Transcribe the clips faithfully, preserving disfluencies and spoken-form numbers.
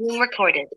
being recorded.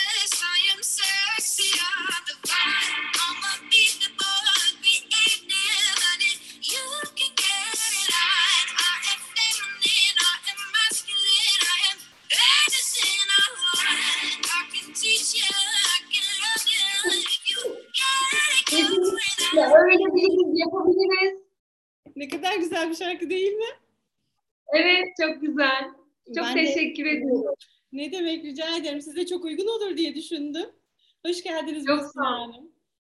Öğrenebiliriz, yapabiliriz. Ne kadar güzel bir şarkı değil mi? Evet, çok güzel. Çok Ben teşekkür de, ediyorum. Ne demek, rica ederim. Size çok uygun olur diye düşündüm. Hoş geldiniz Gülsün Hanım.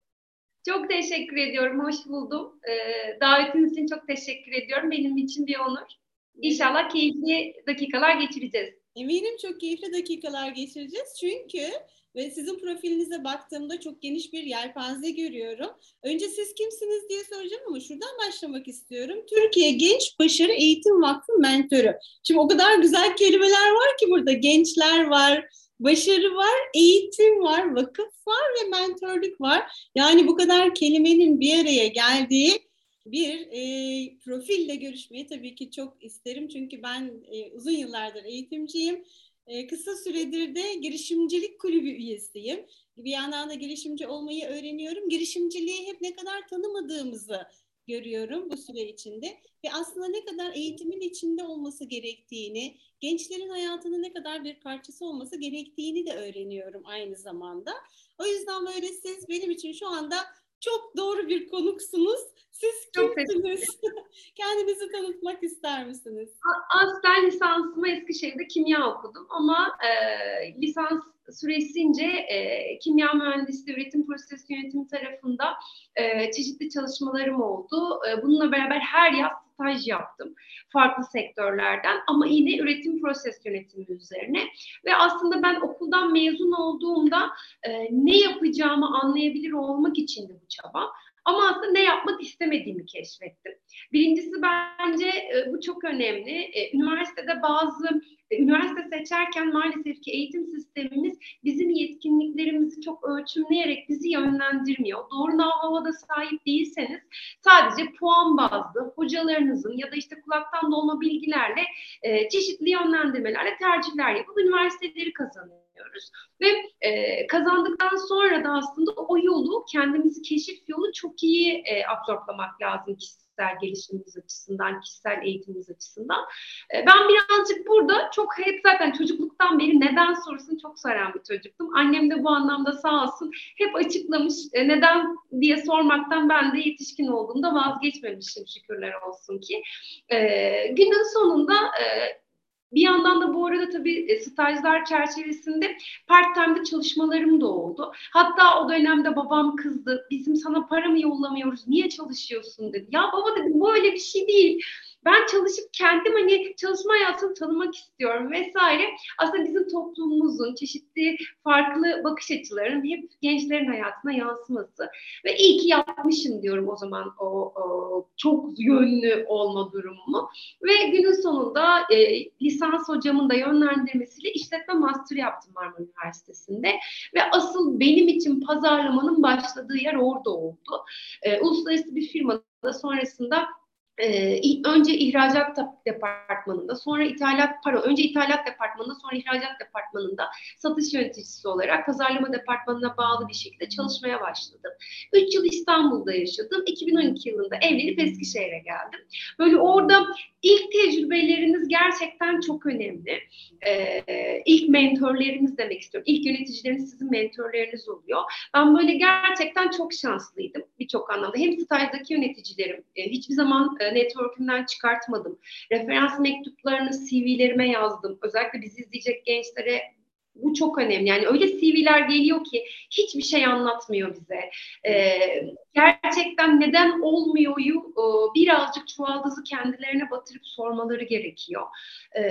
Çok teşekkür ediyorum, hoş buldum. Ee, davetiniz için çok teşekkür ediyorum. Benim için bir onur. İnşallah evet. Keyifli dakikalar geçireceğiz. Eminim çok keyifli dakikalar geçireceğiz. Çünkü ve sizin profilinize baktığımda çok geniş bir yelpaze görüyorum. Önce siz kimsiniz diye soracağım ama şuradan başlamak istiyorum. Türkiye Genç Başarı Eğitim Vakfı mentörü. Şimdi o kadar güzel kelimeler var ki burada. Gençler var, başarı var, eğitim var, vakıf var ve mentörlük var. Yani bu kadar kelimenin bir araya geldiği bir e, profille görüşmeyi tabii ki çok isterim. Çünkü ben e, uzun yıllardır eğitimciyim. E, kısa süredir de girişimcilik kulübü üyesiyim. Bir yandan da girişimci olmayı öğreniyorum. Girişimciliği hep ne kadar tanımadığımızı görüyorum bu süre içinde. Ve aslında ne kadar eğitimin içinde olması gerektiğini, gençlerin hayatının ne kadar bir parçası olması gerektiğini de öğreniyorum aynı zamanda. O yüzden böyle siz benim için şu anda çok doğru bir konuksunuz. Siz kimsiniz? Kendinizi tanıtmak ister misiniz? Aslen lisansımı Eskişehir'de kimya okudum ama e, lisans süresince e, kimya mühendisliği üretim prosesi yönetimi tarafında e, çeşitli çalışmalarım oldu. E, bununla beraber her yaz staj yaptım farklı sektörlerden ama yine üretim proses yönetimi üzerine. Ve aslında ben okuldan mezun olduğumda e, ne yapacağımı anlayabilir olmak için de bu çaba. Ama aslında ne yapmak istemediğimi keşfettim. Birincisi bence e, bu çok önemli. E, üniversitede bazı, e, üniversite seçerken maalesef ki eğitim sistemimiz bizim yetkinliklerimizi çok ölçümleyerek bizi yönlendirmiyor. Doğru know-how'a sahip değilseniz sadece puan bazlı hocalarınızın ya da işte kulaktan dolma bilgilerle e, çeşitli yönlendirmelerle tercihler yapıp üniversiteleri kazanıyoruz. Ve e, kazandıktan sonra da aslında o yolu, kendimizi keşif yolu çok iyi e, absorplamak lazım kişisel gelişimimiz açısından, kişisel eğitimimiz açısından. E, ben birazcık burada çok hep zaten çocukluktan beri neden sorusunu çok soran bir çocuktum. Annem de bu anlamda sağ olsun hep açıklamış. E, neden diye sormaktan ben de yetişkin olduğumda vazgeçmemişim şükürler olsun ki. E, günün sonunda e, bir yandan da bu arada tabii stajlar çerçevesinde part-time'da çalışmalarım da oldu. Hatta o dönemde babam kızdı. Bizim sana para mı yollamıyoruz? Niye çalışıyorsun dedi. Ya baba dedim böyle bir şey değil. Ben çalışıp kendim hani çalışma hayatını tanımak istiyorum vesaire. Aslında bizim toplumumuzun çeşitli farklı bakış açılarının hep gençlerin hayatına yansıması. Ve iyi ki yapmışım diyorum o zaman o, o çok yönlü olma durumumu. Ve günün sonunda e, lisans hocamın da yönlendirmesiyle işletme master yaptım Marmara Üniversitesi'nde. Ve asıl benim için pazarlamanın başladığı yer orada oldu. E, uluslararası bir firmada sonrasında Ee, önce ihracat departmanında, sonra ithalat, pardon, önce ithalat departmanında, sonra ihracat departmanında satış yöneticisi olarak pazarlama departmanına bağlı bir şekilde çalışmaya başladım. Üç yıl İstanbul'da yaşadım. iki bin on iki yılında evlenip Eskişehir'e geldim. Böyle orada ilk tecrübeleriniz gerçekten çok önemli. Ee, ilk mentorlarınız demek istiyorum. İlk yöneticileriniz sizin mentorlarınız oluyor. Ben böyle gerçekten çok şanslıydım birçok anlamda. Hem stajdaki yöneticilerim e, hiçbir zaman e, network'ümden çıkartmadım. Referans mektuplarını C V'lerime yazdım. Özellikle bizi izleyecek gençlere bu çok önemli. Yani öyle C V'ler geliyor ki hiçbir şey anlatmıyor bize. Ee, gerçekten neden olmuyor'yu e, birazcık çuvaldızı kendilerine batırıp sormaları gerekiyor. Ee,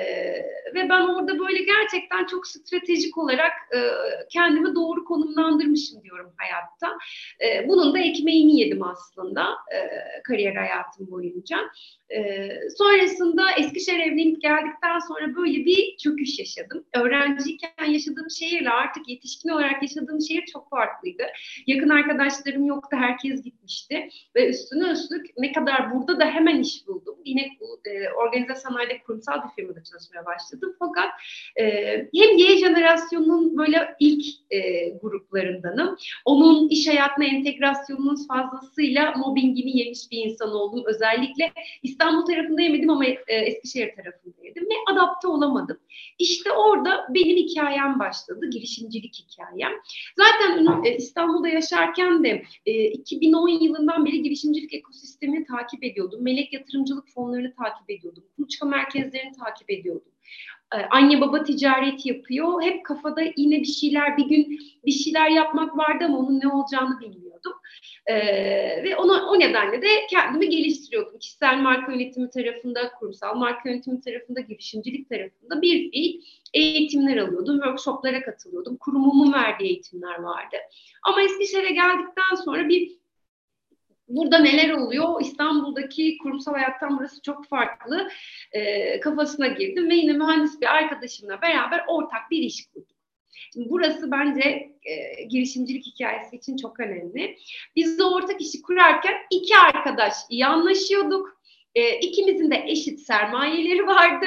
ve ben orada böyle gerçekten çok stratejik olarak e, kendimi doğru konumlandırmışım diyorum hayatta. E, bunun da ekmeğini yedim aslında e, kariyer hayatım boyunca. E, sonrasında Eskişehir evlenip geldikten sonra böyle bir çöküş yaşadım. Öğrenciyken yaşadığım şehirle artık yetişkin olarak yaşadığım şehir çok farklıydı. Yakın arkadaşlarım yoktu. Herkes kez gitmişti ve üstüne üstlük ne kadar burada da hemen iş buldum. Yine bu e, organize sanayide kurumsal bir firmada çalışmaya başladım. Fakat e, hem Y jenerasyonunun böyle ilk e, gruplarındanım. Onun iş hayatına entegrasyonunun fazlasıyla mobbingini yemiş bir insan oldum. Özellikle İstanbul tarafında yemedim ama e, Eskişehir tarafında yedim ve adapte olamadım. İşte orada benim hikayem başladı, girişimcilik hikayem. Zaten e, İstanbul'da yaşarken de e, iki bin on yılından beri girişimcilik ekosistemini takip ediyordum. Melek yatırımcılık fonlarını takip ediyordum. Kuluçka merkezlerini takip ediyordum. Anne baba ticaret yapıyor. Hep kafada yine bir şeyler, bir gün bir şeyler yapmak vardı ama onun ne olacağını bilmiyordum. Ee, ve ona, o nedenle de kendimi geliştiriyordum. Kişisel marka yönetimi tarafında, kurumsal marka yönetimi tarafında, girişimcilik tarafında bir fiil eğitimler alıyordum. Workshoplara katılıyordum. Kurumumun verdiği eğitimler vardı. Ama Eskişehir'e geldikten sonra bir burada neler oluyor? İstanbul'daki kurumsal hayattan burası çok farklı. E, kafasına girdim ve yine mühendis bir arkadaşımla beraber ortak bir iş kurduk. Şimdi burası bence e, girişimcilik hikayesi için çok önemli. Biz de ortak işi kurarken iki arkadaş iyi anlaşıyorduk. E, ikimizin de eşit sermayeleri vardı.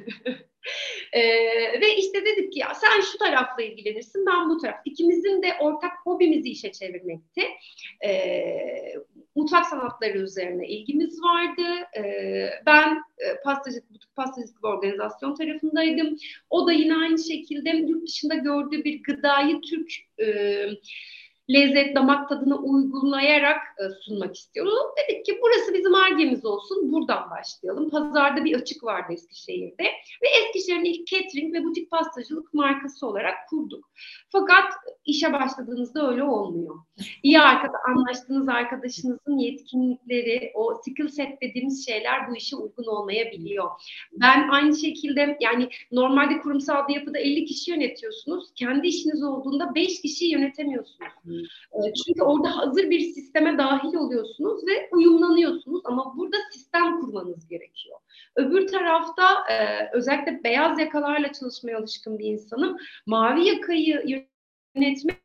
Ee, ve işte dedik ki ya sen şu tarafla ilgilenirsin, ben bu taraf. İkimizin de ortak hobimizi işe çevirmekti. Ee, mutfak sanatları üzerine ilgimiz vardı. Ee, ben e, pastacılık, butik pastacılık ve organizasyon tarafındaydım. O da yine aynı şekilde yurt dışında gördüğü bir gıdayı Türk e, lezzet, damak tadına uygulayarak e, sunmak istiyoruz. Dedik ki burası bizim Ar-Ge'miz olsun, buradan başlayalım. Pazarda bir açık vardı Eskişehir'de ve Eskişehir'in ilk catering ve butik pastacılık markası olarak kurduk. Fakat işe başladığınızda öyle olmuyor. İyi arkada anlaştığınız arkadaşınızın yetkinlikleri, o skill set dediğimiz şeyler bu işe uygun olmayabiliyor. Ben aynı şekilde yani normalde kurumsal bir yapıda elli kişi yönetiyorsunuz. Kendi işiniz olduğunda beş kişiyi yönetemiyorsunuz. Çünkü orada hazır bir sisteme dahil oluyorsunuz ve uyumlanıyorsunuz ama burada sistem kurmanız gerekiyor. Öbür tarafta e, özellikle beyaz yakalarla çalışmaya alışkın bir insanım. Mavi yakayı yönetmek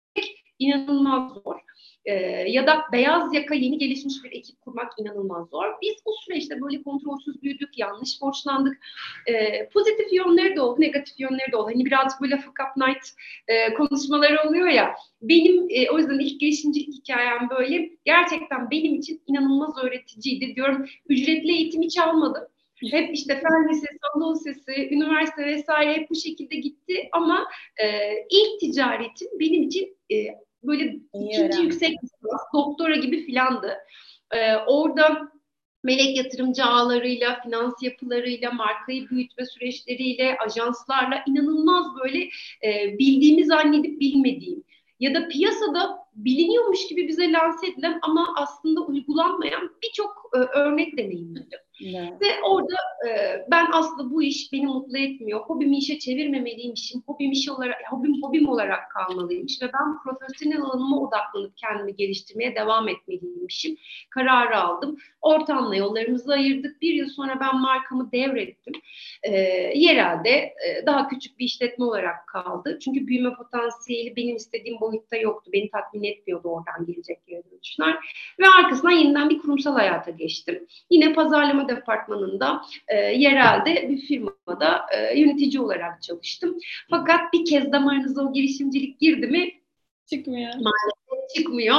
inanılmaz zor. Ee, ya da beyaz yaka yeni gelişmiş bir ekip kurmak inanılmaz zor. Biz o süreçte böyle kontrolsüz büyüdük, yanlış borçlandık. Ee, pozitif yönleri de oldu, negatif yönleri de oldu. Hani birazcık böyle fuck up night e, konuşmaları oluyor ya. Benim e, o yüzden ilk girişimcilik hikayem böyle. Gerçekten benim için inanılmaz öğreticiydi. Diyorum ücretli eğitim hiç almadım. Hep işte fen lisesi, Anadolu Lisesi, üniversite vesaire hep bu şekilde gitti ama e, ilk ticaretim benim için e, böyle İyi ikinci öğrendim. Yüksek lisans, doktora gibi filandı. E, orada melek yatırımcı ağlarıyla, finans yapılarıyla, markayı büyütme süreçleriyle, ajanslarla inanılmaz böyle e, bildiğimi zannedip bilmediğim ya da piyasada biliniyormuş gibi bize lanse edilen ama aslında uygulanmayan birçok e, örnek deneyimledim. Evet. Ve orada e, ben aslında bu iş beni mutlu etmiyor. Hobimi işe çevirmemeliymişim. Hobim iş olarak, hobim hobim olarak kalmalıymış ve ben profesyonel alanıma odaklanıp kendimi geliştirmeye devam etmeliymişim. Kararı aldım. Ortamla yollarımızı ayırdık. Bir yıl sonra ben markamı devrettim. E, yerelde e, daha küçük bir işletme olarak kaldı. Çünkü büyüme potansiyeli benim istediğim boyutta yoktu. Beni tatmin etmiyordu oradan gelecek geri dönüşler. Ve arkasından yeniden bir kurumsal hayata geçtim. Yine pazarlama departmanında e, yerelde bir firmada e, yönetici olarak çalıştım. Fakat bir kez damarınıza o girişimcilik girdi mi çıkmıyor. Maalesef çıkmıyor.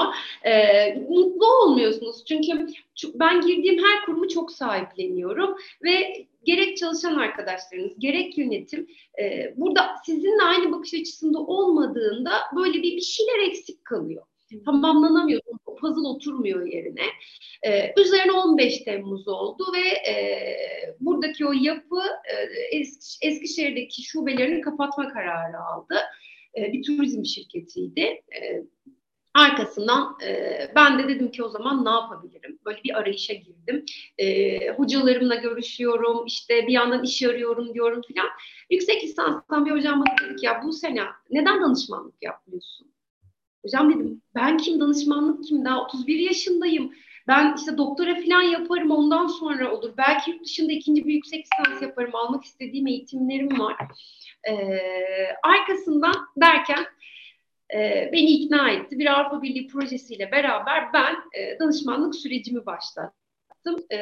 E, mutlu olmuyorsunuz. Çünkü ben girdiğim her kurumu çok sahipleniyorum ve gerek çalışan arkadaşlarınız, gerek yönetim e, burada sizinle aynı bakış açısında olmadığında böyle bir, bir şeyler eksik kalıyor. Tamamlanamıyor. O puzzle oturmuyor yerine. Ee, üzerine on beş Temmuz oldu ve e, buradaki o yapı e, es, Eskişehir'deki şubelerini kapatma kararı aldı. E, bir turizm şirketiydi. E, arkasından e, ben de dedim ki o zaman ne yapabilirim? Böyle bir arayışa girdim. E, hocalarımla görüşüyorum. İşte bir yandan iş arıyorum diyorum filan. Yüksek lisanstan bir hocam bana dedi ki ya bu sene neden danışmanlık yapmıyorsun? Hocam dedim ben kim, danışmanlık kim, daha otuz bir yaşındayım. Ben işte doktora falan yaparım ondan sonra olur. Belki yurt dışında ikinci bir yüksek lisans yaparım. Almak istediğim eğitimlerim var. Ee, arkasından derken e, beni ikna etti. Bir Avrupa Birliği projesiyle beraber ben e, danışmanlık sürecimi başlattım. E,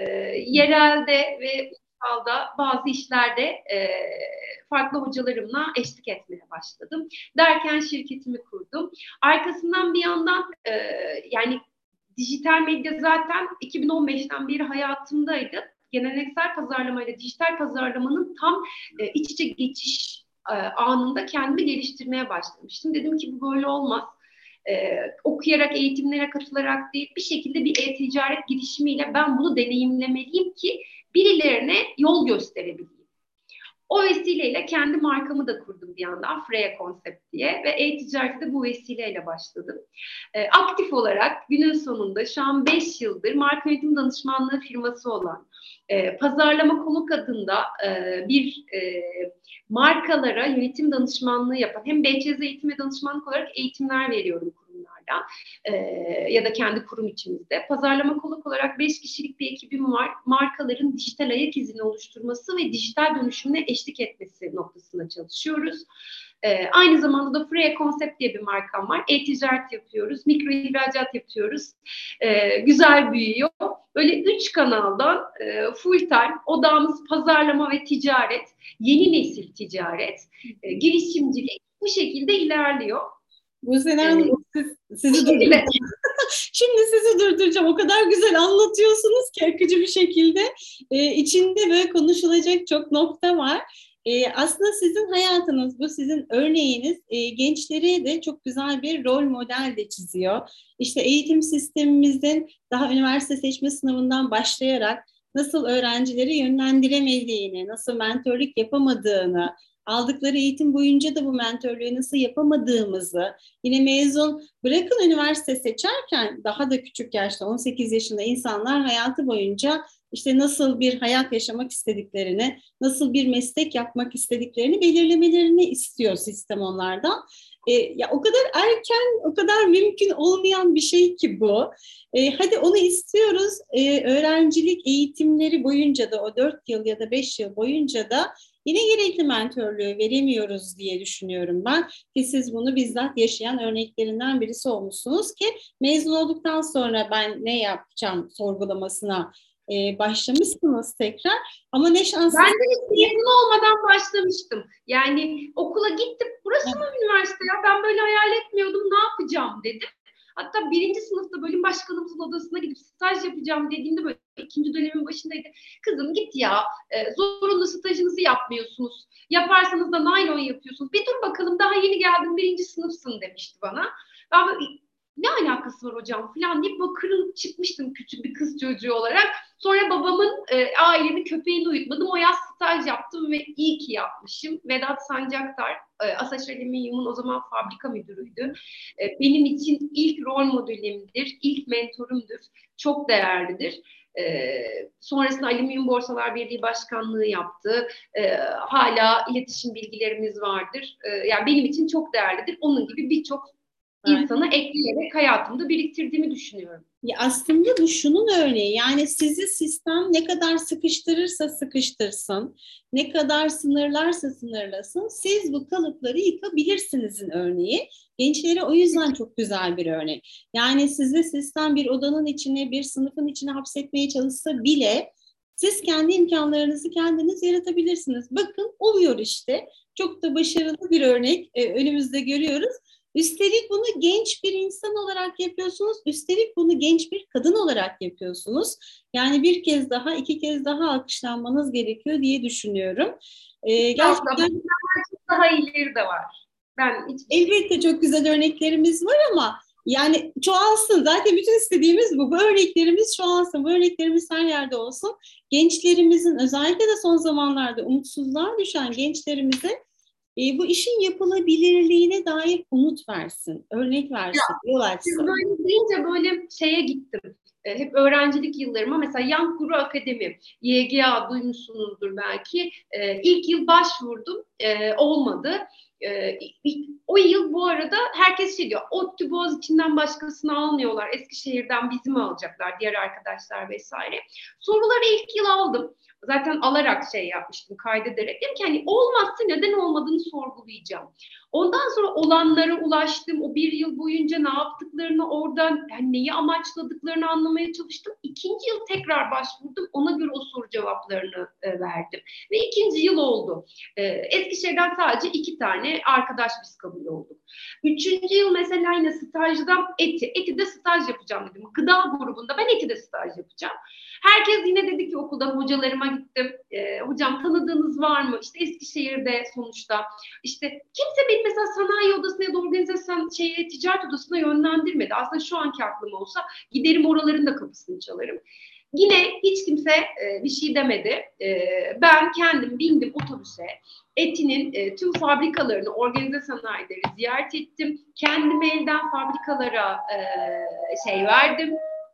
yerelde ve ulusalda bazı işlerde e, farklı hocalarımla eşlik etmeye başladım. Derken şirketimi kurdum. Arkasından bir yandan e, yani dijital medya zaten iki bin on beşten beri hayatımdaydı. Geleneksel pazarlamayla dijital pazarlamanın tam e, iç içe geçiş e, anında kendimi geliştirmeye başlamıştım. Dedim ki bu böyle olmaz. Ee, okuyarak, eğitimlere katılarak değil, bir şekilde bir e-ticaret girişimiyle ben bunu deneyimlemeliyim ki birilerine yol gösterebileyim. O vesileyle kendi markamı da kurdum bir yandan, Freya Concept diye ve e-ticarete de bu vesileyle başladım. E, aktif olarak günün sonunda şu an beş yıldır marka yönetim danışmanlığı firması olan e, Pazarlama Konuk adında e, bir e, markalara yönetim danışmanlığı yapan, hem B Ç Z eğitim ve danışmanlık olarak eğitimler veriyorum kurumlarda e, ya da kendi kurum içimizde. Pazarlama Konuk olarak beş kişilik bir ekibim var. Markaların dijital ayak izini oluşturması ve dijital dönüşümüne eşlik etmesi noktasında çalışıyoruz. Ee, aynı zamanda da Freya Concept diye bir markam var. E-ticaret yapıyoruz, mikro ihracat yapıyoruz. Ee, güzel büyüyor. Böyle üç kanaldan e, full time odağımız pazarlama ve ticaret, yeni nesil ticaret, e, girişimcilik bu şekilde ilerliyor. Bu sene ee, siz, sizi durduracağım. Şimdi sizi durduracağım. O kadar güzel anlatıyorsunuz ki akıcı bir şekilde. Ee, içinde böyle konuşulacak çok nokta var. Ee, aslında sizin hayatınız, bu sizin örneğiniz e, gençlere de çok güzel bir rol model de çiziyor. İşte eğitim sistemimizin daha üniversite seçme sınavından başlayarak nasıl öğrencileri yönlendiremediğini, nasıl mentörlük yapamadığını, aldıkları eğitim boyunca da bu mentörlüğü nasıl yapamadığımızı, yine mezun bırakın üniversite seçerken daha da küçük yaşta on sekiz yaşında insanlar hayatı boyunca işte nasıl bir hayat yaşamak istediklerini, nasıl bir meslek yapmak istediklerini belirlemelerini istiyor sistem onlardan. E, ya o kadar erken, o kadar mümkün olmayan bir şey ki bu. E, hadi onu istiyoruz. E, öğrencilik eğitimleri boyunca da o dört yıl ya da beş yıl boyunca da yine gerekli mentörlüğü veremiyoruz diye düşünüyorum ben. Ki siz bunu bizzat yaşayan örneklerinden birisi olmuşsunuz ki mezun olduktan sonra ben ne yapacağım sorgulamasına Ee, başlamışsınız tekrar ama ne şanslı. Ben de hiç mezun olmadan başlamıştım. Yani okula gittim. Burası mı üniversite ya? Ben böyle hayal etmiyordum. Ne yapacağım dedim. Hatta birinci sınıfta bölüm başkanımızın odasına gidip staj yapacağım dediğimde böyle ikinci dönemin başındaydı. Kızım git ya, e, zorunlu stajınızı yapmıyorsunuz. Yaparsanız da naylon yapıyorsunuz. Bir dur bakalım, daha yeni geldin, birinci sınıfsın demişti bana. Ben böyle, ne alakası var hocam falan deyip böyle kırılıp çıkmıştım küçük bir kız çocuğu olarak. Sonra babamın, e, ailemin köpeğini uyutmadım. O yaz staj yaptım ve iyi ki yapmışım. Vedat Sancaktar, e, Asaş Alüminyum'un o zaman fabrika müdürüydü. E, benim için ilk rol modelimdir, ilk mentorumdur. Çok değerlidir. E, sonrasında Alüminyum Borsalar Birliği Başkanlığı yaptı. E, hala iletişim bilgilerimiz vardır. E, yani benim için çok değerlidir. Onun gibi birçok insanı ekleyerek hayatımda biriktirdiğimi düşünüyorum. Ya aslında bu şunun örneği, yani sizi sistem ne kadar sıkıştırırsa sıkıştırsın, ne kadar sınırlarsa sınırlasın, siz bu kalıpları yıkabilirsinizin örneği. Gençlere o yüzden çok güzel bir örnek. Yani sizi sistem bir odanın içine, bir sınıfın içine hapsetmeye çalışsa bile siz kendi imkanlarınızı kendiniz yaratabilirsiniz. Bakın oluyor işte. Çok da başarılı bir örnek e, önümüzde görüyoruz. Üstelik bunu genç bir insan olarak yapıyorsunuz. Üstelik bunu genç bir kadın olarak yapıyorsunuz. Yani bir kez daha, iki kez daha alkışlanmanız gerekiyor diye düşünüyorum. Ee, gerçekten çok daha iyileri de var. Ben hiç... Elbette çok güzel örneklerimiz var ama yani çoğalsın. Zaten bütün istediğimiz bu. Bu örneklerimiz çoğalsın. Bu örneklerimiz her yerde olsun. Gençlerimizin, özellikle de son zamanlarda umutsuzluğa düşen gençlerimize E, bu işin yapılabilirliğine dair umut versin, örnek versin, ya, yol açsın. Siz böyle deyince böyle şeye gittim. E, hep öğrencilik yıllarıma mesela Young Guru Akademi, Y G A duymuşsunuzdur belki. E, ilk yıl başvurdum, e, olmadı. E, o yıl bu arada herkes şey diyor, ODTÜ Boğaziçi'nden başkasını almıyorlar, Eskişehir'den bizi mi alacaklar, diğer arkadaşlar vesaire. Soruları ilk yıl aldım. Zaten alarak şey yapmıştım, kaydederek. Dedim ki hani olmazsa neden olmadığını sorgulayacağım. Ondan sonra olanlara ulaştım. O bir yıl boyunca ne yaptıklarını, oradan yani neyi amaçladıklarını anlamaya çalıştım. İkinci yıl tekrar başvurdum. Ona göre o soru cevaplarını e, verdim. Ve ikinci yıl oldu. E, Eskişehir'den sadece iki tane arkadaş biz kabul olduk. Üçüncü yıl mesela yine stajda eti. Eti'de staj yapacağım dedim. Gıda grubunda ben Eti'de staj yapacağım. Herkes yine dedi ki okuldan hocalarıma gittim. E, hocam tanıdığınız var mı? İşte Eskişehir'de sonuçta. İşte kimse beni mesela sanayi odasına ya da organizasyon şeye, ticaret odasına yönlendirmedi. Aslında şu anki aklım olsa giderim oraların da kapısını çalarım. Yine hiç kimse e, bir şey demedi. E, ben kendim bindim otobüse. Eti'nin e, tüm fabrikalarını, organize sanayileri ziyaret ettim. Kendim elden fabrikalara e, şey verdim.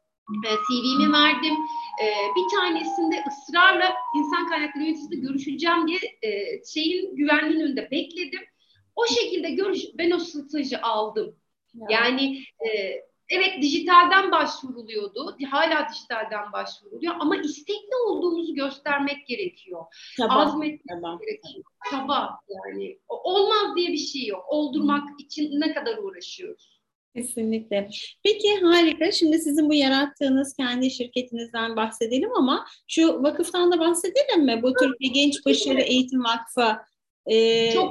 C V'mi verdim. Ee, bir tanesinde ısrarla insan kaynakları yöneticisiyle görüşeceğim diye e, şeyin güvenliğinin önünde bekledim. O şekilde görüş, ben o stajı aldım. Ya. Yani e, evet dijitalden başvuruluyordu. Hala dijitalden başvuruluyor ama istekli olduğumuzu göstermek gerekiyor. Azmetmek gerekiyor. Çaba yani. Olmaz diye bir şey yok. Oldurmak için ne kadar uğraşıyoruz. Kesinlikle. Peki harika. Şimdi sizin bu yarattığınız kendi şirketinizden bahsedelim ama şu vakıftan da bahsedelim mi? Bu Türkiye Genç Başarı Eğitim Vakfı. Ee... Çok,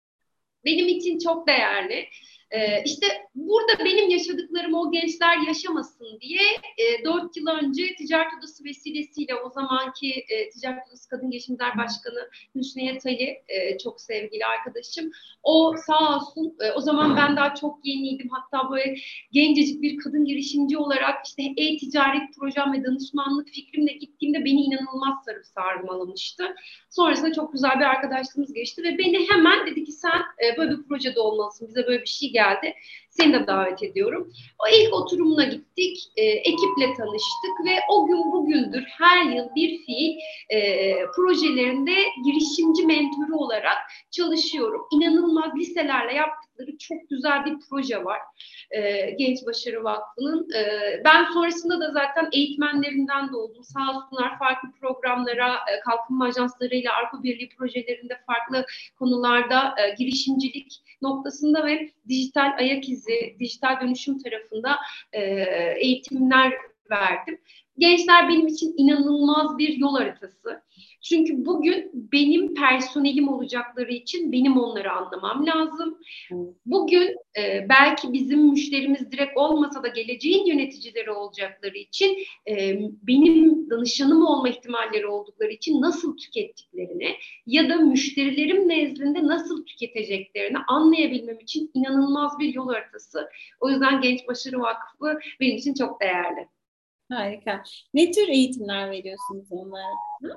benim için çok değerli. Ee, işte burada benim yaşadıklarımı o gençler yaşamasın diye e, dört yıl önce Ticaret Odası vesilesiyle o zamanki e, Ticaret Odası Kadın Girişimciler Başkanı Hüsniyet Ali, e, çok sevgili arkadaşım, o sağ olsun, e, o zaman ben daha çok yeniydim, hatta böyle gencecik bir kadın girişimci olarak işte e-ticaret projem ve danışmanlık fikrimle gittiğimde beni inanılmaz sarıp sarmalamıştı. Sonrasında çok güzel bir arkadaşlığımız geçti ve beni hemen dedi ki sen e, böyle bir projede olmalısın, bize böyle bir şey geldi. Seni de davet ediyorum. O ilk oturumuna gittik. E, ekiple tanıştık ve o gün bugündür her yıl bir fiil e, projelerinde girişimci mentörü olarak çalışıyorum. İnanılmaz liselerle yaptıkları çok güzel bir proje var. E, Genç Başarı Vakfı'nın. E, ben sonrasında da zaten eğitmenlerinden de oldum. Sağ olsunlar farklı programlara, e, kalkınma ajanslarıyla, Avrupa Birliği projelerinde farklı konularda e, girişimcilik noktasında ve dijital ayak izi, dijital dönüşüm tarafında e, eğitimler verdim. Gençler benim için inanılmaz bir yol haritası. Çünkü bugün benim personelim olacakları için benim onları anlamam lazım. Bugün e, belki bizim müşterimiz direkt olmasa da geleceğin yöneticileri olacakları için e, benim danışanım olma ihtimalleri oldukları için nasıl tükettiklerini ya da müşterilerim nezdinde nasıl tüketeceklerini anlayabilmem için inanılmaz bir yol haritası. O yüzden Genç Başarı Vakfı benim için çok değerli. Harika. Ne tür eğitimler veriyorsunuz onlara?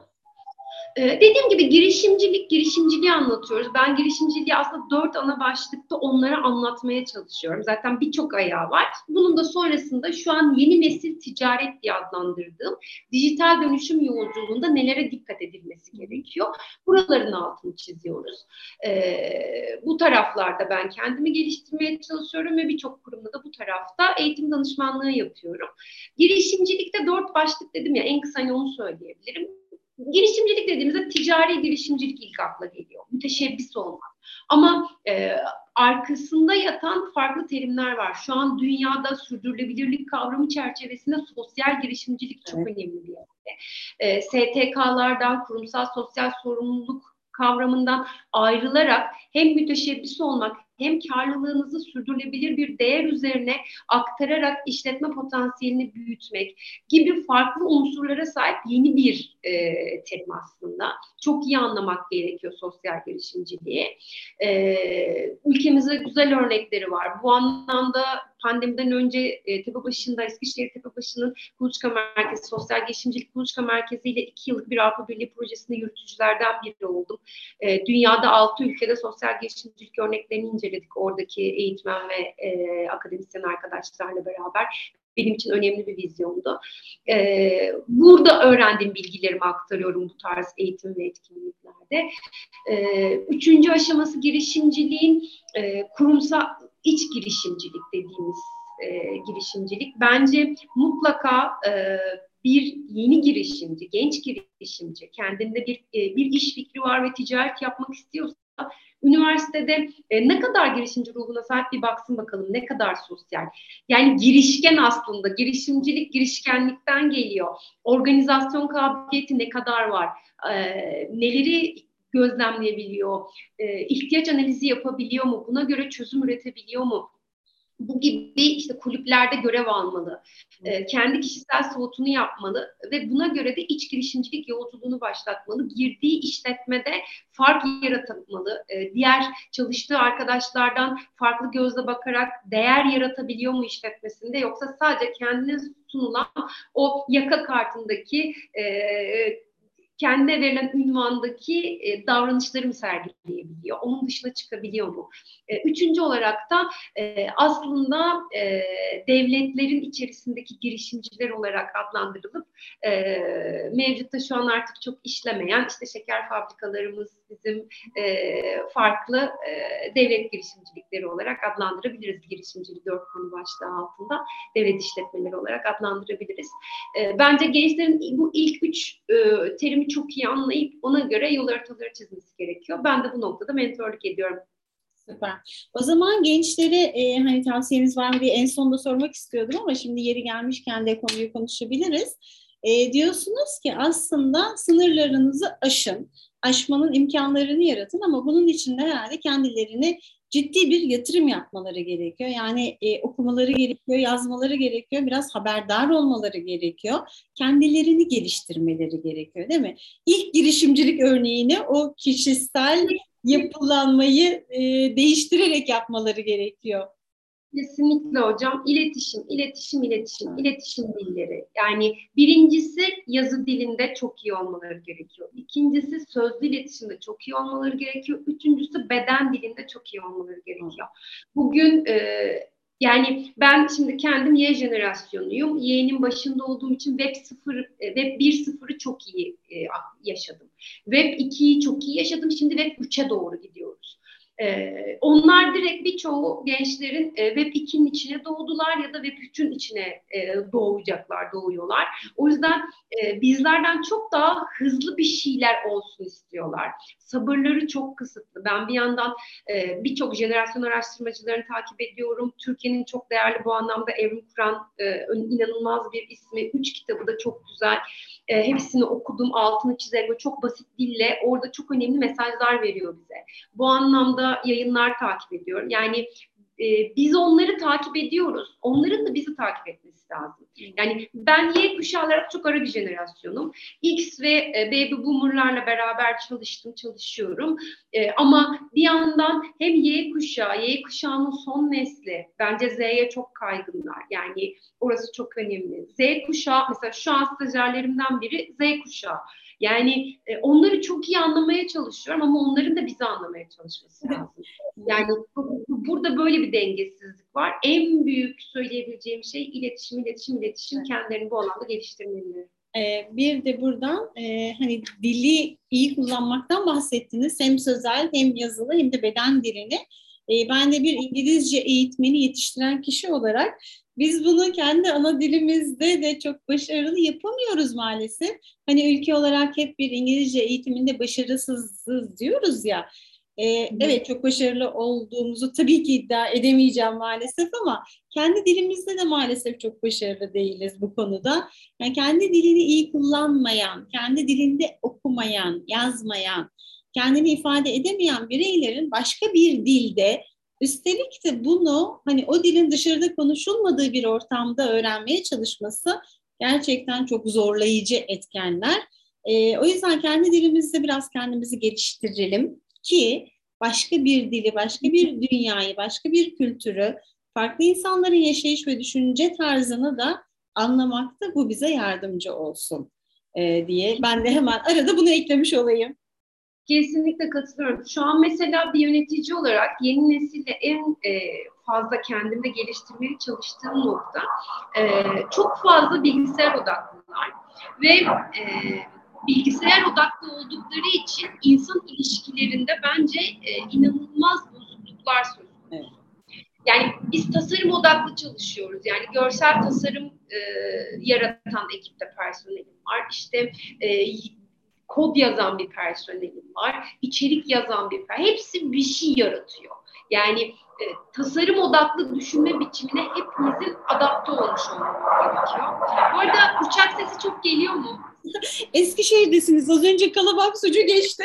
Ee, dediğim gibi girişimcilik, girişimciliği anlatıyoruz. Ben girişimciliği aslında dört ana başlıkta onlara anlatmaya çalışıyorum. Zaten birçok ayağı var. Bunun da sonrasında şu an yeni nesil ticaret diye adlandırdığım dijital dönüşüm yolculuğunda nelere dikkat edilmesi gerekiyor. Buraların altını çiziyoruz. Ee, bu taraflarda ben kendimi geliştirmeye çalışıyorum ve birçok kurumda da bu tarafta eğitim danışmanlığı yapıyorum. Girişimcilikte dört başlık dedim ya, en kısa onu söyleyebilirim. Girişimcilik dediğimizde ticari girişimcilik ilk akla geliyor. Müteşebbis olmak. Ama e, arkasında yatan farklı terimler var. Şu an dünyada sürdürülebilirlik kavramı çerçevesinde sosyal girişimcilik çok evet. önemli bir yerde. E, S T K'lardan, kurumsal sosyal sorumluluk kavramından ayrılarak hem müteşebbis olmak hem karlılığınızı sürdürülebilir bir değer üzerine aktararak işletme potansiyelini büyütmek gibi farklı unsurlara sahip yeni bir e, terim aslında. Çok iyi anlamak gerekiyor sosyal girişimciliği. E, ülkemizde güzel örnekleri var. Bu anlamda pandemiden önce e, Tepebaşı'nda, Eskişehir Tepebaşı'nın Kuluçka Merkezi, Sosyal Girişimcilik Kuluçka Merkezi ile iki yıllık bir Avrupa Birliği projesinde yürütücülerden biri oldum. E, dünyada altı ülkede sosyal girişimcilik örneklerini inceledik oradaki eğitmen ve e, akademisyen arkadaşlarla beraber. benim için önemli bir vizyondu. E, burada öğrendiğim bilgilerimi aktarıyorum bu tarz eğitim ve etkinliklerde. E, üçüncü aşaması girişimciliğin e, kurumsal iç girişimcilik dediğimiz e, girişimcilik. Bence mutlaka e, bir yeni girişimci, genç girişimci, kendinde bir e, bir iş fikri var ve ticaret yapmak istiyorsa üniversitede e, ne kadar girişimci ruhuna sahip bir baksın bakalım, ne kadar sosyal. Yani girişken aslında, girişimcilik girişkenlikten geliyor. Organizasyon kabiliyeti ne kadar var, e, neleri gözlemleyebiliyor, e, ihtiyaç analizi yapabiliyor mu, buna göre çözüm üretebiliyor mu? Bu gibi işte kulüplerde görev almalı, e, kendi kişisel SWOT'unu yapmalı ve buna göre de iç girişimcilik yolculuğunu başlatmalı. Girdiği işletmede fark yaratmalı, e, diğer çalıştığı arkadaşlardan farklı gözle bakarak değer yaratabiliyor mu işletmesinde, yoksa sadece kendine sunulan o yaka kartındaki e, kendine verilen ünvandaki e, davranışları mı sergileyebiliyor? Onun dışına çıkabiliyor mu? E, üçüncü olarak da e, aslında e, devletlerin içerisindeki girişimciler olarak adlandırılıp e, mevcutta şu an artık çok işlemeyen işte şeker fabrikalarımız bizim e, farklı e, devlet girişimcilikleri olarak adlandırabiliriz. Girişimcilik dört konu başlığı altında devlet işletmeleri olarak adlandırabiliriz. E, bence gençlerin bu ilk üç e, terimi çok iyi anlayıp ona göre yol haritaları çizmesi gerekiyor. Ben de bu noktada mentorluk ediyorum. Süper. O zaman gençlere e, hani tavsiyeniz var mı diye en sonunda sormak istiyordum ama şimdi yeri gelmişken de konuyu konuşabiliriz. E, diyorsunuz ki aslında sınırlarınızı aşın, aşmanın imkanlarını yaratın ama bunun için de herhalde kendilerini ciddi bir yatırım yapmaları gerekiyor. Yani e, okumaları gerekiyor, yazmaları gerekiyor, biraz haberdar olmaları gerekiyor. Kendilerini geliştirmeleri gerekiyor, değil mi? İlk girişimcilik örneğini o kişisel yapılanmayı e, değiştirerek yapmaları gerekiyor. Kesinlikle hocam. İletişim, iletişim, iletişim, iletişim dilleri. Yani birincisi yazı dilinde çok iyi olmaları gerekiyor. İkincisi sözlü iletişimde çok iyi olmaları gerekiyor. Üçüncüsü beden dilinde çok iyi olmaları gerekiyor. Bugün e, yani ben şimdi kendim Y jenerasyonuyum. Y'nin başında olduğum için Web sıfır, Web bir sıfırı çok iyi e, yaşadım. Web ikiyi çok iyi yaşadım. Şimdi Web üçe doğru gidiyoruz. Ee, onlar direkt birçoğu gençlerin e, Web ikinin içine doğdular ya da Web üçün içine e, doğacaklar, doğuyorlar. O yüzden e, bizlerden çok daha hızlı bir şeyler olsun istiyorlar. Sabırları çok kısıtlı. Ben bir yandan e, birçok jenerasyon araştırmacılarını takip ediyorum. Türkiye'nin çok değerli bu anlamda Evrim Kur'an e, inanılmaz bir ismi. Üç kitabı da çok güzel. E, hepsini okudum, altını çizerek çok basit dille orada çok önemli mesajlar veriyor bize. Bu anlamda yayınlar takip ediyorum. Yani e, biz onları takip ediyoruz. Onların da bizi takip etmesi lazım. Yani ben Y kuşağı olarak çok ara bir jenerasyonum. X ve e, Baby Boomer'larla beraber çalıştım, çalışıyorum. E, ama bir yandan hem Y kuşağı, Y kuşağının son nesli bence Z'ye çok kaygınlar. Yani orası çok önemli. Z kuşağı, mesela şu an stajyerlerimden biri Z kuşağı. Yani e, onları çok iyi anlamaya çalışıyorum ama onların da bizi anlamaya çalışması lazım. Yani bu, bu, burada böyle bir dengesizlik var. En büyük söyleyebileceğim şey iletişim, iletişim, iletişim. Kendilerini bu alanda geliştirmeliler. Ee, bir de buradan e, hani dili iyi kullanmaktan bahsettiniz. Hem sözel hem yazılı hem de beden dilini. E, ben de bir İngilizce eğitmeni yetiştiren kişi olarak biz bunu kendi ana dilimizde de çok başarılı yapamıyoruz maalesef. Hani ülke olarak hep bir İngilizce eğitiminde başarısızız diyoruz ya. Ee, evet çok başarılı olduğumuzu tabii ki iddia edemeyeceğim maalesef ama kendi dilimizde de maalesef çok başarılı değiliz bu konuda. Yani kendi dilini iyi kullanmayan, kendi dilinde okumayan, yazmayan, kendini ifade edemeyen bireylerin başka bir dilde, üstelik de bunu hani o dilin dışarıda konuşulmadığı bir ortamda öğrenmeye çalışması gerçekten çok zorlayıcı etkenler. Ee, o yüzden kendi dilimizde biraz kendimizi geliştirelim ki başka bir dili, başka bir dünyayı, başka bir kültürü, farklı insanların yaşayış ve düşünce tarzını da anlamakta bu bize yardımcı olsun e, diye ben de hemen arada bunu eklemiş olayım. Kesinlikle katılıyorum. Şu an mesela bir yönetici olarak yeni nesille en e, fazla kendimde geliştirmeye çalıştığım nokta e, çok fazla bilgisayar odaklılar ve e, bilgisayar odaklı oldukları için insan ilişkilerinde bence e, inanılmaz bozukluklar söz konusu. Evet. Yani biz tasarım odaklı çalışıyoruz. Yani görsel tasarım e, yaratan ekipte personelim var. İşte e, kod yazan bir personelim var. İçerik yazan bir personelim. Hepsi bir şey yaratıyor. Yani e, tasarım odaklı düşünme biçimine hepimizin adapte olmuş olmamız gerekiyor. Bu arada uçak sesi çok geliyor mu? Eskişehir'desiniz. Az önce Kalabak Sucu geçti.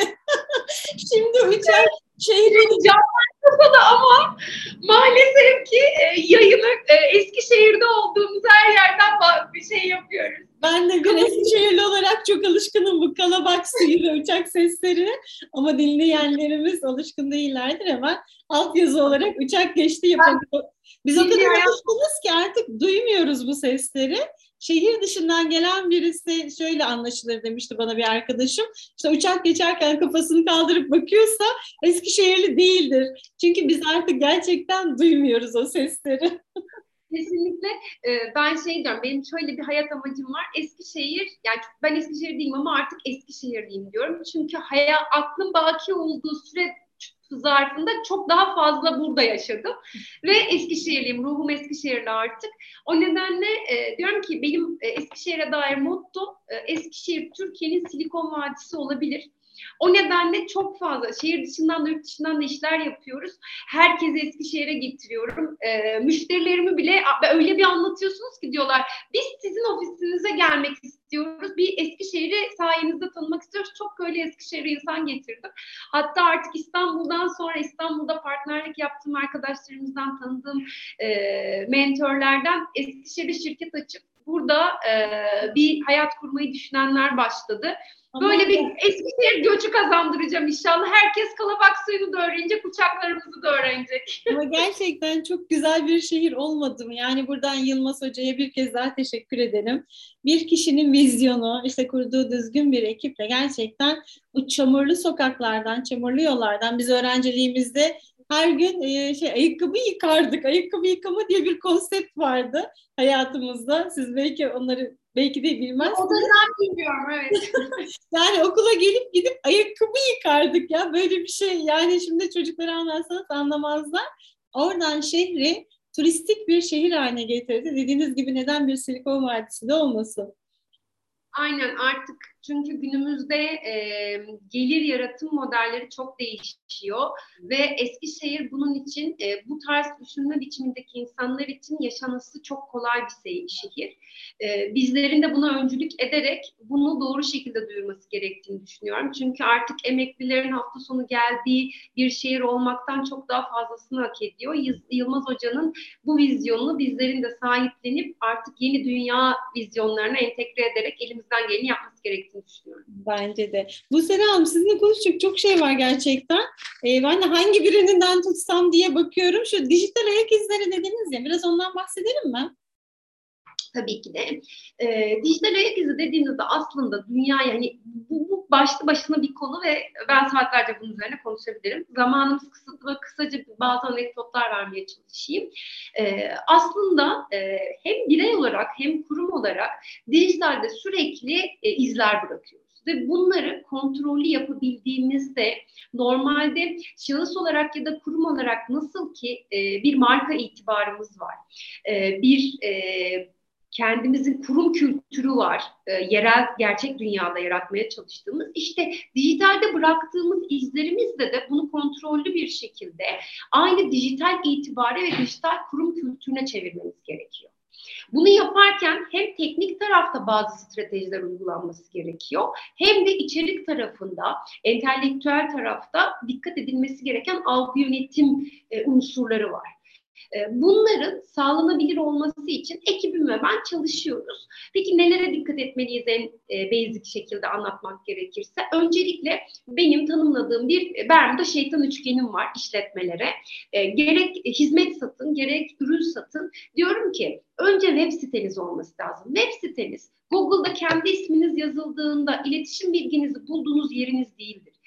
Şimdi uçak şehrin da ama maalesef ki e, yayını e, Eskişehir'de olduğumuz her yerden bir şey yapıyoruz. Ben de bir Eskişehirli olarak çok alışkınım bu Kalabak suyu ve uçak seslerine. Ama dinleyenlerimiz alışkın değillerdir, hemen altyazı olarak uçak geçti yapamıyor. Biz o kadar alışkınız ki artık duymuyoruz bu sesleri. Şehir dışından gelen birisi şöyle anlaşılır demişti bana bir arkadaşım. İşte uçak geçerken kafasını kaldırıp bakıyorsa Eskişehirli değildir. Çünkü biz artık gerçekten duymuyoruz o sesleri. Kesinlikle. Ee, ben şey diyorum, benim şöyle bir hayat amacım var. Eskişehir, yani ben Eskişehir değilim ama artık Eskişehirliyim diyorum. Çünkü hayat, aklım baki olduğu süre zarfında çok daha fazla burada yaşadım. Ve Eskişehirliyim, ruhum Eskişehirli artık. O nedenle e, diyorum ki benim e, Eskişehir'e dair motto, e, Eskişehir Türkiye'nin Silikon Vadisi olabilir. O nedenle çok fazla şehir dışından da yurt dışından da işler yapıyoruz. Herkesi Eskişehir'e getiriyorum. E, müşterilerimi bile öyle bir anlatıyorsunuz ki diyorlar, biz sizin ofisinize gelmek istiyoruz. Bir Eskişehir'i sayenizde tanımak istiyoruz. Çok öyle Eskişehir'e insan getirdim. Hatta artık İstanbul'dan sonra İstanbul'da partnerlik yaptığım arkadaşlarımızdan tanıdığım e, mentörlerden Eskişehir'e şirket açıp burada e, bir hayat kurmayı düşünenler başladı. Böyle bir Eskişehir göçü kazandıracağım inşallah. Herkes Kalabak suyunu da öğrenecek, uçaklarımızı da öğrenecek. Ama gerçekten çok güzel bir şehir olmadı mı? Yani buradan Yılmaz Hoca'ya bir kez daha teşekkür ederim. Bir kişinin vizyonu, işte kurduğu düzgün bir ekiple gerçekten bu çamurlu sokaklardan, çamurlu yollardan biz öğrenciliğimizde her gün e, şey ayakkabı yıkardık. Ayakkabı yıkama diye bir konsept vardı hayatımızda. Siz belki onları belki de bilmezsiniz. O da ben bilmiyorum, evet. Yani okula gelip gidip ayakkabı yıkardık ya, böyle bir şey. Yani şimdi çocuklara anlatsanız anlamazlar. Oradan şehri turistik bir şehir haline getirdi. Dediğiniz gibi neden bir Silikon Vadisi de olmasın? Aynen, artık çünkü günümüzde e, gelir yaratım modelleri çok değişiyor ve Eskişehir bunun için e, bu tarz düşünme biçimindeki insanlar için yaşanması çok kolay bir şehir. E, bizlerin de buna öncülük ederek bunu doğru şekilde duyurması gerektiğini düşünüyorum. Çünkü artık emeklilerin hafta sonu geldiği bir şehir olmaktan çok daha fazlasını hak ediyor. Yılmaz Hoca'nın bu vizyonunu bizlerin de sahiplenip artık yeni dünya vizyonlarına entegre ederek elimizden geleni yapması gerektiğini düşünüyorum. Bence de. Buse Hanım, sizinle konuşacak çok şey var gerçekten. Ee, ben de hangi birinden tutsam diye bakıyorum. Şu dijital ayak izleri dediniz ya, biraz ondan bahsedelim mi? Tabii ki de. E, dijital ayak izi dediğimizde aslında dünya, yani bu, bu başlı başına bir konu ve ben saatlerce bunun üzerine konuşabilirim. Zamanımız kısıtlı ve kısaca bazı anekdotlar vermeye çalışayım. E, aslında e, hem birey olarak hem kurum olarak dijitalde sürekli e, izler bırakıyoruz. Ve bunları kontrollü yapabildiğimizde normalde şahıs olarak ya da kurum olarak nasıl ki e, bir marka itibarımız var, e, bir e, kendimizin kurum kültürü var, e, yerel gerçek dünyada yaratmaya çalıştığımız, işte dijitalde bıraktığımız izlerimizde de bunu kontrollü bir şekilde aynı dijital itibari ve dijital kurum kültürüne çevirmemiz gerekiyor. Bunu yaparken hem teknik tarafta bazı stratejiler uygulanması gerekiyor, hem de içerik tarafında, entelektüel tarafta dikkat edilmesi gereken algı yönetim e, unsurları var. Bunların sağlanabilir olması için ekibim ve ben çalışıyoruz. Peki nelere dikkat etmeliyiz en e, basic şekilde anlatmak gerekirse? Öncelikle benim tanımladığım bir Bermuda şeytan üçgenim var işletmelere. E, gerek hizmet satın, gerek ürün satın. Diyorum ki önce web siteniz olması lazım. Web siteniz Google'da kendi isminiz yazıldığında iletişim bilginizi bulduğunuz yeriniz değildir.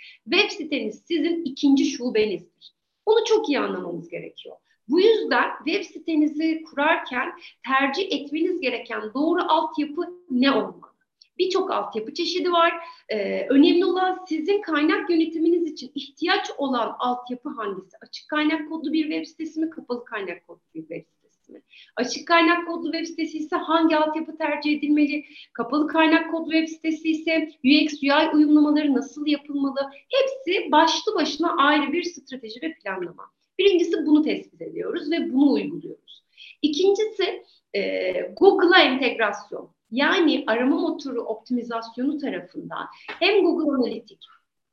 Web siteniz sizin ikinci şubenizdir. Bunu çok iyi anlamamız gerekiyor. Bu yüzden web sitenizi kurarken tercih etmeniz gereken doğru altyapı ne olmalı? Birçok altyapı çeşidi var. Ee, önemli olan sizin kaynak yönetiminiz için ihtiyaç olan altyapı hangisi? Açık kaynak kodlu bir web sitesi mi, kapalı kaynak kodlu bir web sitesi mi? Açık kaynak kodlu web sitesi ise hangi altyapı tercih edilmeli? Kapalı kaynak kodlu web sitesi ise U X U I uyumlamaları nasıl yapılmalı? Hepsi başlı başına ayrı bir strateji ve planlama. Birincisi bunu tespit ediyoruz ve bunu uyguluyoruz. İkincisi e, Google'a entegrasyon. Yani arama motoru optimizasyonu tarafından hem Google Analytics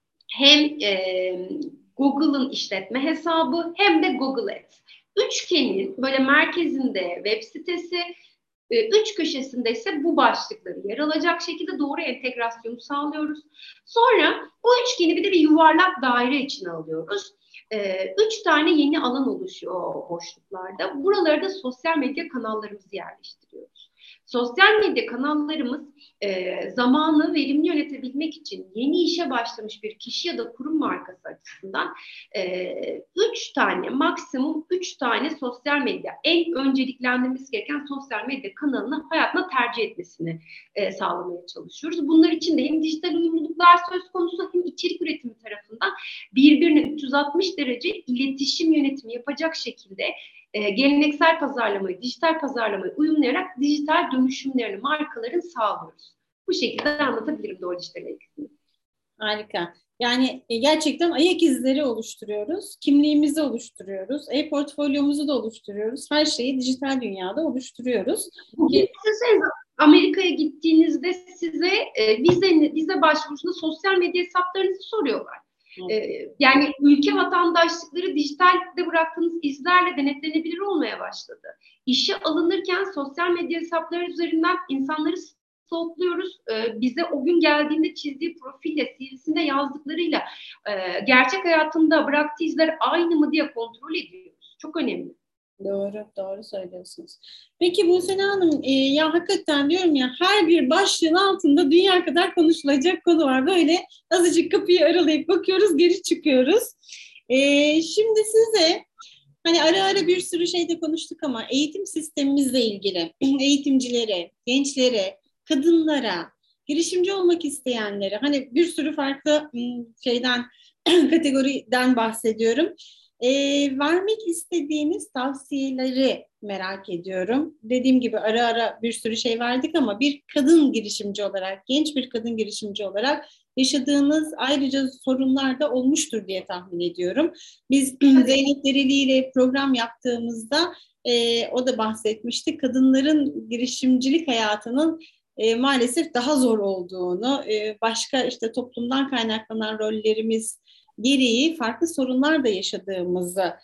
hem e, Google'ın işletme hesabı hem de Google Ads. Üçgenin böyle merkezinde web sitesi, e, üç köşesinde ise bu başlıkları yer alacak şekilde doğru entegrasyonu sağlıyoruz. Sonra bu üçgeni bir de bir yuvarlak daire içine alıyoruz. Ee, üç tane yeni alan oluşuyor o boşluklarda. Buralarda sosyal medya kanallarımızı yerleştiriyoruz. Sosyal medya kanallarımız e, zamanı verimli yönetebilmek için yeni işe başlamış bir kişi ya da kurum markası açısından e, üç tane, maksimum üç tane sosyal medya, en önceliklendirmemiz gereken sosyal medya kanalını hayatına tercih etmesini e, sağlamaya çalışıyoruz. Bunlar için de hem dijital uyumluluklar söz konusu hem içerik üretimi tarafından birbirine üç yüz altmış derece iletişim yönetimi yapacak şekilde e, geleneksel pazarlamayı, dijital pazarlamayı uyumlayarak dijital dönüşümlerini markaların sağlıyoruz. Bu şekilde anlatabilirim doğru dijital eğitimini. Harika. Yani e, gerçekten ayak izleri oluşturuyoruz, kimliğimizi oluştururuyoruz, e-portfolyomuzu da oluşturuyoruz. Her şeyi dijital dünyada oluşturuyoruz. Bugün size Amerika'ya gittiğinizde size e, vize, vize başvurusunda sosyal medya hesaplarınızı soruyorlar. Ee, yani ülke vatandaşlıkları dijitalde bıraktığınız izlerle denetlenebilir olmaya başladı. İşe alınırken sosyal medya hesapları üzerinden insanları stalkluyoruz. Ee, bize o gün geldiğinde çizdiği profille, C V'sinde yazdıklarıyla e, gerçek hayatında bıraktığı izler aynı mı diye kontrol ediyoruz. Çok önemli. Doğru, doğru söylüyorsunuz. Peki Buse Hanım, e, ya hakikaten diyorum ya her bir başlığın altında dünya kadar konuşulacak konu var. Böyle azıcık kapıyı aralayıp bakıyoruz, geri çıkıyoruz. E, şimdi size hani ara ara bir sürü şeyde konuştuk ama eğitim sistemimizle ilgili eğitimcilere, gençlere, kadınlara, girişimci olmak isteyenlere hani bir sürü farklı şeyden kategoriden bahsediyorum. E, vermek istediğiniz tavsiyeleri merak ediyorum. Dediğim gibi ara ara bir sürü şey verdik ama bir kadın girişimci olarak, genç bir kadın girişimci olarak yaşadığınız ayrıca sorunlar da olmuştur diye tahmin ediyorum. Biz Zeynep Dereli ile program yaptığımızda e, o da bahsetmişti. Kadınların girişimcilik hayatının e, maalesef daha zor olduğunu, e, başka işte toplumdan kaynaklanan rollerimiz gereği farklı sorunlar da yaşadığımızı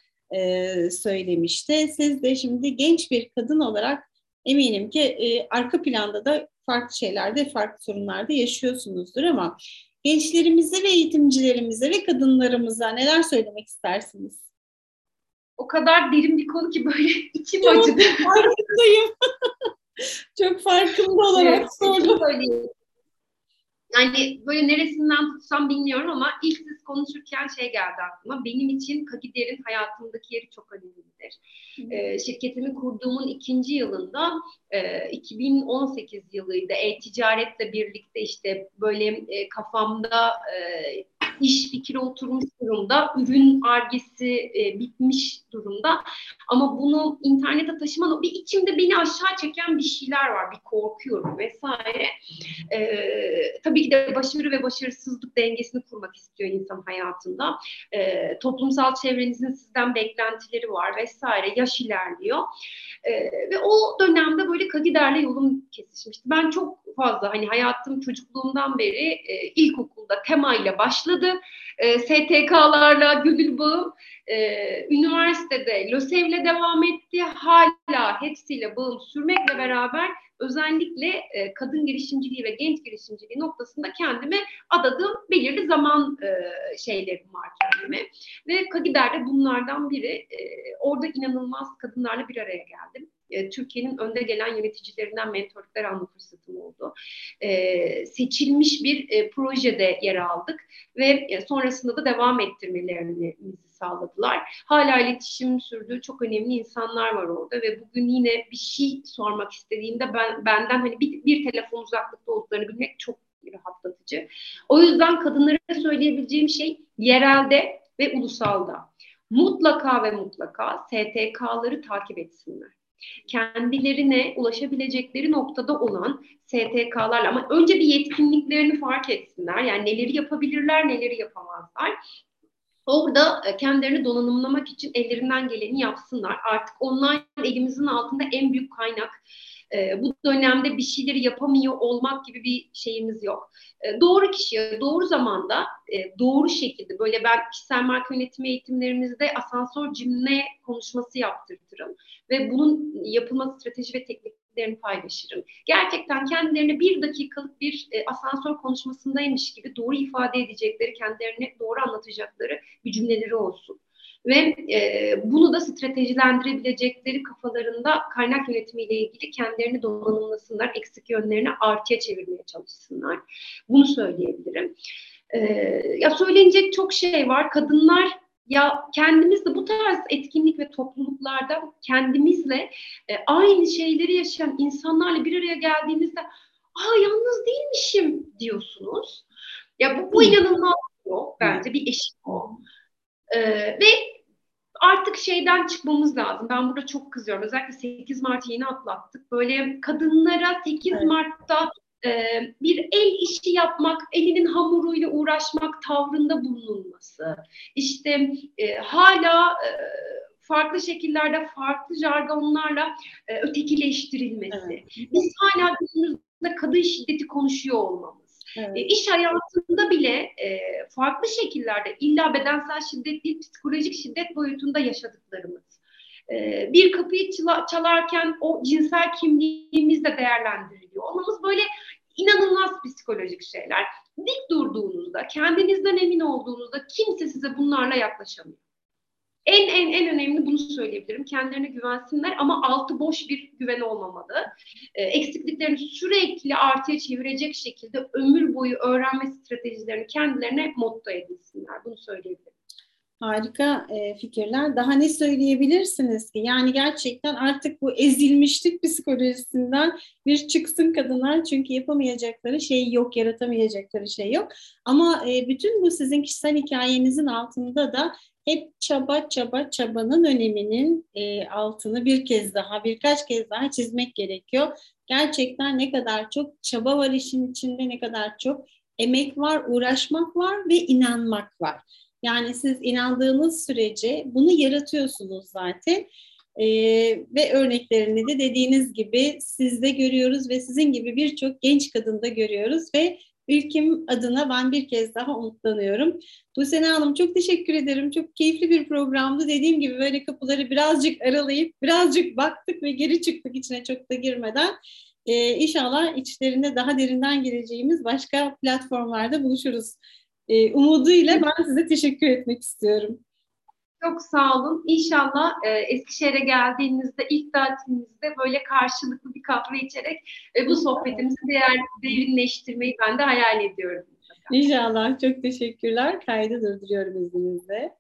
e, söylemişti. Siz de şimdi genç bir kadın olarak eminim ki e, arka planda da farklı şeylerde, farklı sorunlarda yaşıyorsunuzdur ama gençlerimize ve eğitimcilerimize ve kadınlarımıza neler söylemek istersiniz? O kadar derin bir konu ki böyle içim acıdı. Farkındayım. Çok farkında olarak evet, sordum. Yani böyle neresinden tutsam bilmiyorum ama ilk siz konuşurken şey geldi aklıma. Benim için Kagider'in hayatımdaki yeri çok önemlidir. Ee, şirketimi kurduğumun ikinci yılında e, iki bin on sekiz yılıydı. E-ticaretle birlikte işte böyle e, kafamda e, iş fikri oturmuş durumda. Ürün argesi e, bitmiş durumda. Ama bunu internete taşıman, bir içimde beni aşağı çeken bir şeyler var. Bir korkuyorum vesaire. Ee, tabii ki de başarı ve başarısızlık dengesini kurmak istiyor insan hayatında. Ee, toplumsal çevrenizin sizden beklentileri var vesaire. Yaş ilerliyor. Ee, ve o dönemde böyle Kagider'le yolum kesişmişti. Ben çok fazla hani hayatım çocukluğumdan beri e, ilkokulda temayla başladı. E, S T K'larla gönül bağım. Ee, üniversitede LÖSEV'le devam etti. Hala hepsiyle bağım sürmekle beraber özellikle e, kadın girişimciliği ve genç girişimciliği noktasında kendime adadığım belirli zaman e, şeylerim var kendime. Ve Kagider de bunlardan biri. E, orada inanılmaz kadınlarla bir araya geldim. e, Türkiye'nin önde gelen yöneticilerinden mentorluklar alma fırsatım oldu. E, seçilmiş bir e, projede yer aldık ve e, sonrasında da devam ettirmelerini sağladılar. Hala iletişim sürdüğü çok önemli insanlar var orada ve bugün yine bir şey sormak istediğimde ben benden hani bir, bir telefon uzaklıkta olduklarını bilmek çok rahatlatıcı. O yüzden kadınlara söyleyebileceğim şey yerelde ve ulusalda mutlaka ve mutlaka S T K'ları takip etsinler. Kendilerine ulaşabilecekleri noktada olan S T K'larla ama önce bir yetkinliklerini fark etsinler. Yani neleri yapabilirler, neleri yapamazlar. Orada kendilerini donanımlamak için ellerinden geleni yapsınlar. Artık online elimizin altında en büyük kaynak. E, bu dönemde bir şeyleri yapamıyor olmak gibi bir şeyimiz yok. E, doğru kişiye, doğru zamanda, e, doğru şekilde böyle ben kişisel marka yönetimi eğitimlerimizde asansör cümle konuşması yaptırtırım. Ve bunun yapılma strateji ve tekniklerini paylaşırım. Gerçekten kendilerine bir dakikalık bir e, asansör konuşmasındaymış gibi doğru ifade edecekleri, kendilerine doğru anlatacakları bir cümleleri olsun. Ve e, bunu da stratejilendirebilecekleri kafalarında kaynak yönetimiyle ilgili kendilerini donanımlasınlar, eksik yönlerini artıya çevirmeye çalışsınlar. Bunu söyleyebilirim. E, ya söylenecek çok şey var. Kadınlar ya kendimizle bu tarz etkinlik ve topluluklarda kendimizle e, aynı şeyleri yaşayan insanlarla bir araya geldiğinizde aa yalnız değilmişim diyorsunuz. Ya bu, bu inanılmaz yok bence bir eşik o. Ee, ve artık şeyden çıkmamız lazım. Ben burada çok kızıyorum. Özellikle sekiz Mart'ı yeni atlattık. Böyle kadınlara sekiz evet. Mart'ta e, bir el işi yapmak, elinin hamuruyla uğraşmak tavrında bulunulması. İşte e, hala e, farklı şekillerde, farklı jargonlarla e, ötekileştirilmesi. Evet. Biz hala günümüzde kadın şiddeti konuşuyor olmamız. Evet. E, iş hayatında bile e, farklı şekillerde illa bedensel şiddet değil psikolojik şiddet boyutunda yaşadıklarımız. E, bir kapıyı çalarken o cinsel kimliğimiz de değerlendiriliyor. Olmamız böyle inanılmaz psikolojik şeyler. Dik durduğunuzda, kendinizden emin olduğunuzda kimse size bunlarla yaklaşamıyor. En en en önemli bunu söyleyebilirim. Kendilerine güvensinler ama altı boş bir güven olmamalı. E, eksikliklerini sürekli artıya çevirecek şekilde ömür boyu öğrenme stratejilerini kendilerine motto edinsinler. Bunu söyleyebilirim. Harika e, fikirler. Daha ne söyleyebilirsiniz ki? Yani gerçekten artık bu ezilmişlik psikolojisinden bir çıksın kadınlar. Çünkü yapamayacakları şey yok, yaratamayacakları şey yok. Ama e, bütün bu sizin kişisel hikayenizin altında da hep çaba çaba çabanın öneminin e, altını bir kez daha, birkaç kez daha çizmek gerekiyor. Gerçekten ne kadar çok çaba var işin içinde, ne kadar çok emek var, uğraşmak var ve inanmak var. Yani siz inandığınız sürece bunu yaratıyorsunuz zaten. Ee, ve örneklerini de dediğiniz gibi sizde görüyoruz ve sizin gibi birçok genç kadında görüyoruz ve ülkem adına ben bir kez daha umutlanıyorum. Buse Hanım çok teşekkür ederim. Çok keyifli bir programdı. Dediğim gibi böyle kapıları birazcık aralayıp birazcık baktık ve geri çıktık içine çok da girmeden. Ee, İnşallah içlerinde daha derinden gireceğimiz başka platformlarda buluşuruz. Ee, umuduyla ben size teşekkür etmek istiyorum. Çok sağ olun. İnşallah e, Eskişehir'e geldiğinizde ilk davetimizde böyle karşılıklı bir kahve içerek e, bu sohbetimizi değer, derinleştirmeyi ben de hayal ediyorum. İnşallah. Çok teşekkürler. Kaydı durduruyorum izninizle.